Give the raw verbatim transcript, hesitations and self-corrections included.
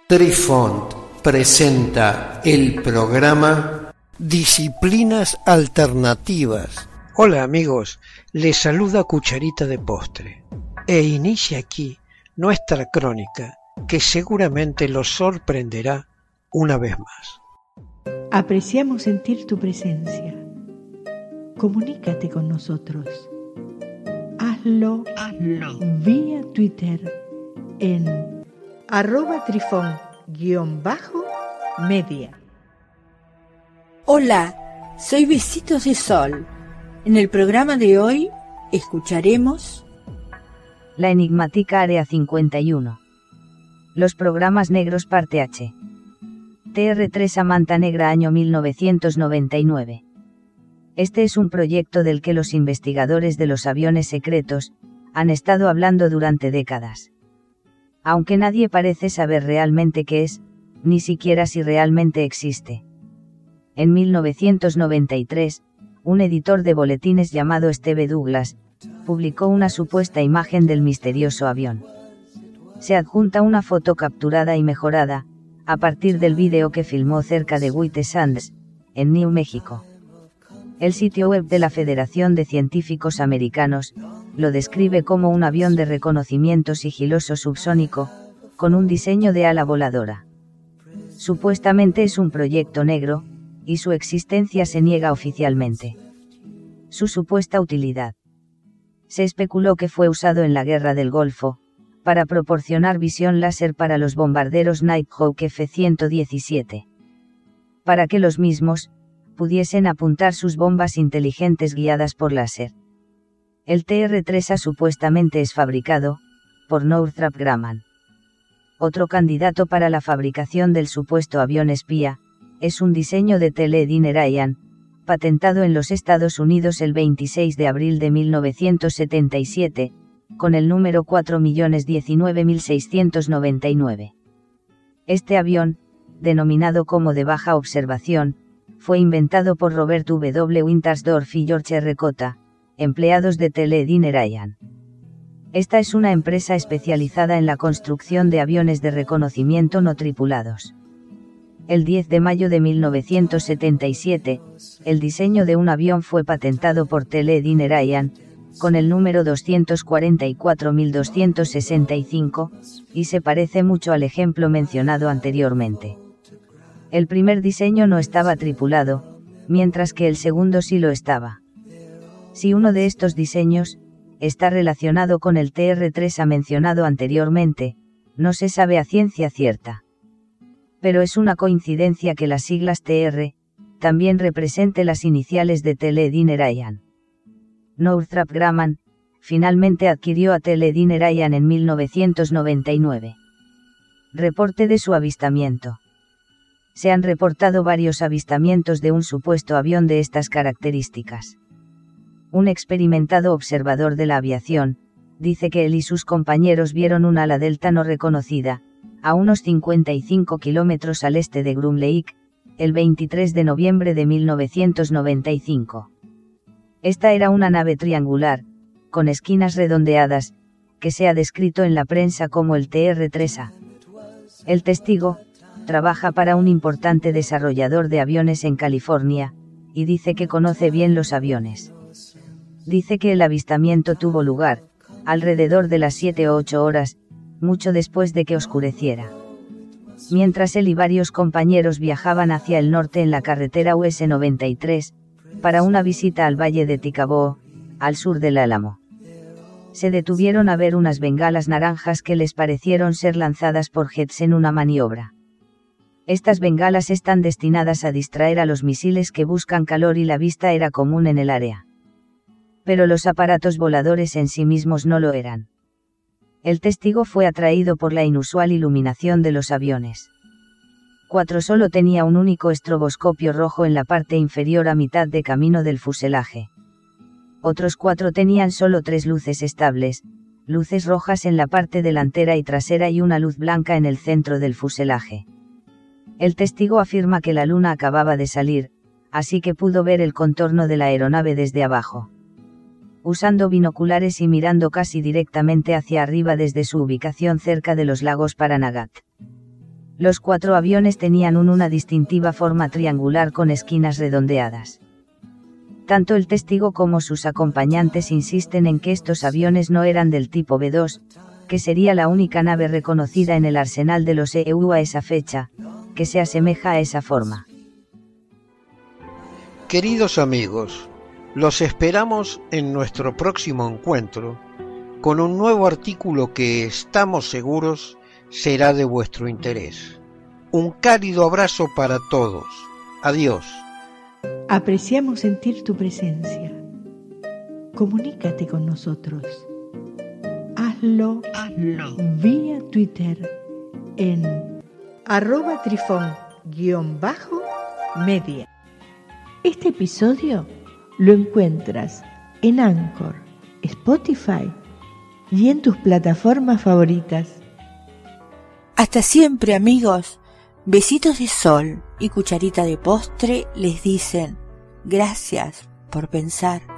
Trifont presenta el programa Disciplinas Alternativas. Hola amigos, les saluda Cucharita de Postre e inicia aquí nuestra crónica que seguramente los sorprenderá una vez más. Apreciamos sentir tu presencia. Comunícate con nosotros. Hazlo, Hazlo. vía Twitter en arroba trifón guión bajo media. Hola, soy Besitos de Sol. En el programa de hoy escucharemos La enigmática Área cincuenta y uno. Los programas negros parte H. T R tres a Manta Negra año mil novecientos noventa y nueve. Este es un proyecto del que los investigadores de los aviones secretos han estado hablando durante décadas. Aunque nadie parece saber realmente qué es, ni siquiera si realmente existe. En mil novecientos noventa y tres, un editor de boletines llamado Steve Douglas, publicó una supuesta imagen del misterioso avión. Se adjunta una foto capturada y mejorada, a partir del vídeo que filmó cerca de White Sands, en New México. El sitio web de la Federación de Científicos Americanos lo describe como un avión de reconocimiento sigiloso subsónico, con un diseño de ala voladora. Supuestamente es un proyecto negro, y su existencia se niega oficialmente. Su supuesta utilidad. Se especuló que fue usado en la Guerra del Golfo, para proporcionar visión láser para los bombarderos Nighthawk F ciento diecisiete. Para que los mismos pudiesen apuntar sus bombas inteligentes guiadas por láser. El T R tres A supuestamente es fabricado por Northrop Grumman. Otro candidato para la fabricación del supuesto avión espía es un diseño de T L Dinerayan, patentado en los Estados Unidos el veintiséis de abril de mil novecientos setenta y siete, con el número cuatro millones diecinueve mil seiscientos noventa y nueve. Este avión, denominado como de baja observación, fue inventado por Robert W. Wintersdorf y George R. Cotta, empleados de T L Dinerayan. Esta es una empresa especializada en la construcción de aviones de reconocimiento no tripulados. El diez de mayo de mil novecientos setenta y siete, el diseño de un avión fue patentado por T L Dinerayan, con el número doscientos cuarenta y cuatro mil doscientos sesenta y cinco, y se parece mucho al ejemplo mencionado anteriormente. El primer diseño no estaba tripulado, mientras que el segundo sí lo estaba. Si uno de estos diseños está relacionado con el T R tres A mencionado anteriormente, no se sabe a ciencia cierta. Pero es una coincidencia que las siglas T R también represente las iniciales de T L Dinerayan. Northrop Grumman finalmente adquirió a T L Dinerayan en mil novecientos noventa y nueve. Reporte de su avistamiento. Se han reportado varios avistamientos de un supuesto avión de estas características. Un experimentado observador de la aviación dice que él y sus compañeros vieron un ala delta no reconocida, a unos cincuenta y cinco kilómetros al este de Groom Lake, el veintitrés de noviembre de mil novecientos noventa y cinco. Esta era una nave triangular, con esquinas redondeadas, que se ha descrito en la prensa como el T R tres A. El testigo trabaja para un importante desarrollador de aviones en California, y dice que conoce bien los aviones. Dice que el avistamiento tuvo lugar, alrededor de las siete o ocho horas, mucho después de que oscureciera. Mientras él y varios compañeros viajaban hacia el norte en la carretera U S noventa y tres, para una visita al valle de Ticaboo, al sur del Álamo. Se detuvieron a ver unas bengalas naranjas que les parecieron ser lanzadas por jets en una maniobra. Estas bengalas están destinadas a distraer a los misiles que buscan calor y la vista era común en el área. Pero los aparatos voladores en sí mismos no lo eran. El testigo fue atraído por la inusual iluminación de los aviones. Cuatro solo tenía un único estroboscopio rojo en la parte inferior a mitad de camino del fuselaje. Otros cuatro tenían solo tres luces estables, luces rojas en la parte delantera y trasera y una luz blanca en el centro del fuselaje. El testigo afirma que la luna acababa de salir, así que pudo ver el contorno de la aeronave desde abajo. Usando binoculares y mirando casi directamente hacia arriba desde su ubicación cerca de los lagos Paranagat. Los cuatro aviones tenían un una distintiva forma triangular con esquinas redondeadas. Tanto el testigo como sus acompañantes insisten en que estos aviones no eran del tipo B dos, que sería la única nave reconocida en el arsenal de los E U a esa fecha, que se asemeja a esa forma. Queridos amigos, los esperamos en nuestro próximo encuentro con un nuevo artículo que estamos seguros será de vuestro interés. Un cálido abrazo para todos. Adiós. Apreciamos sentir tu presencia. Comunícate con nosotros. Hazlo, Hazlo. vía Twitter en arroba trifón guión bajo media. Este episodio lo encuentras en Anchor, Spotify y en tus plataformas favoritas. Hasta siempre, amigos. Besitos de sol y cucharita de postre les dicen gracias por pensar.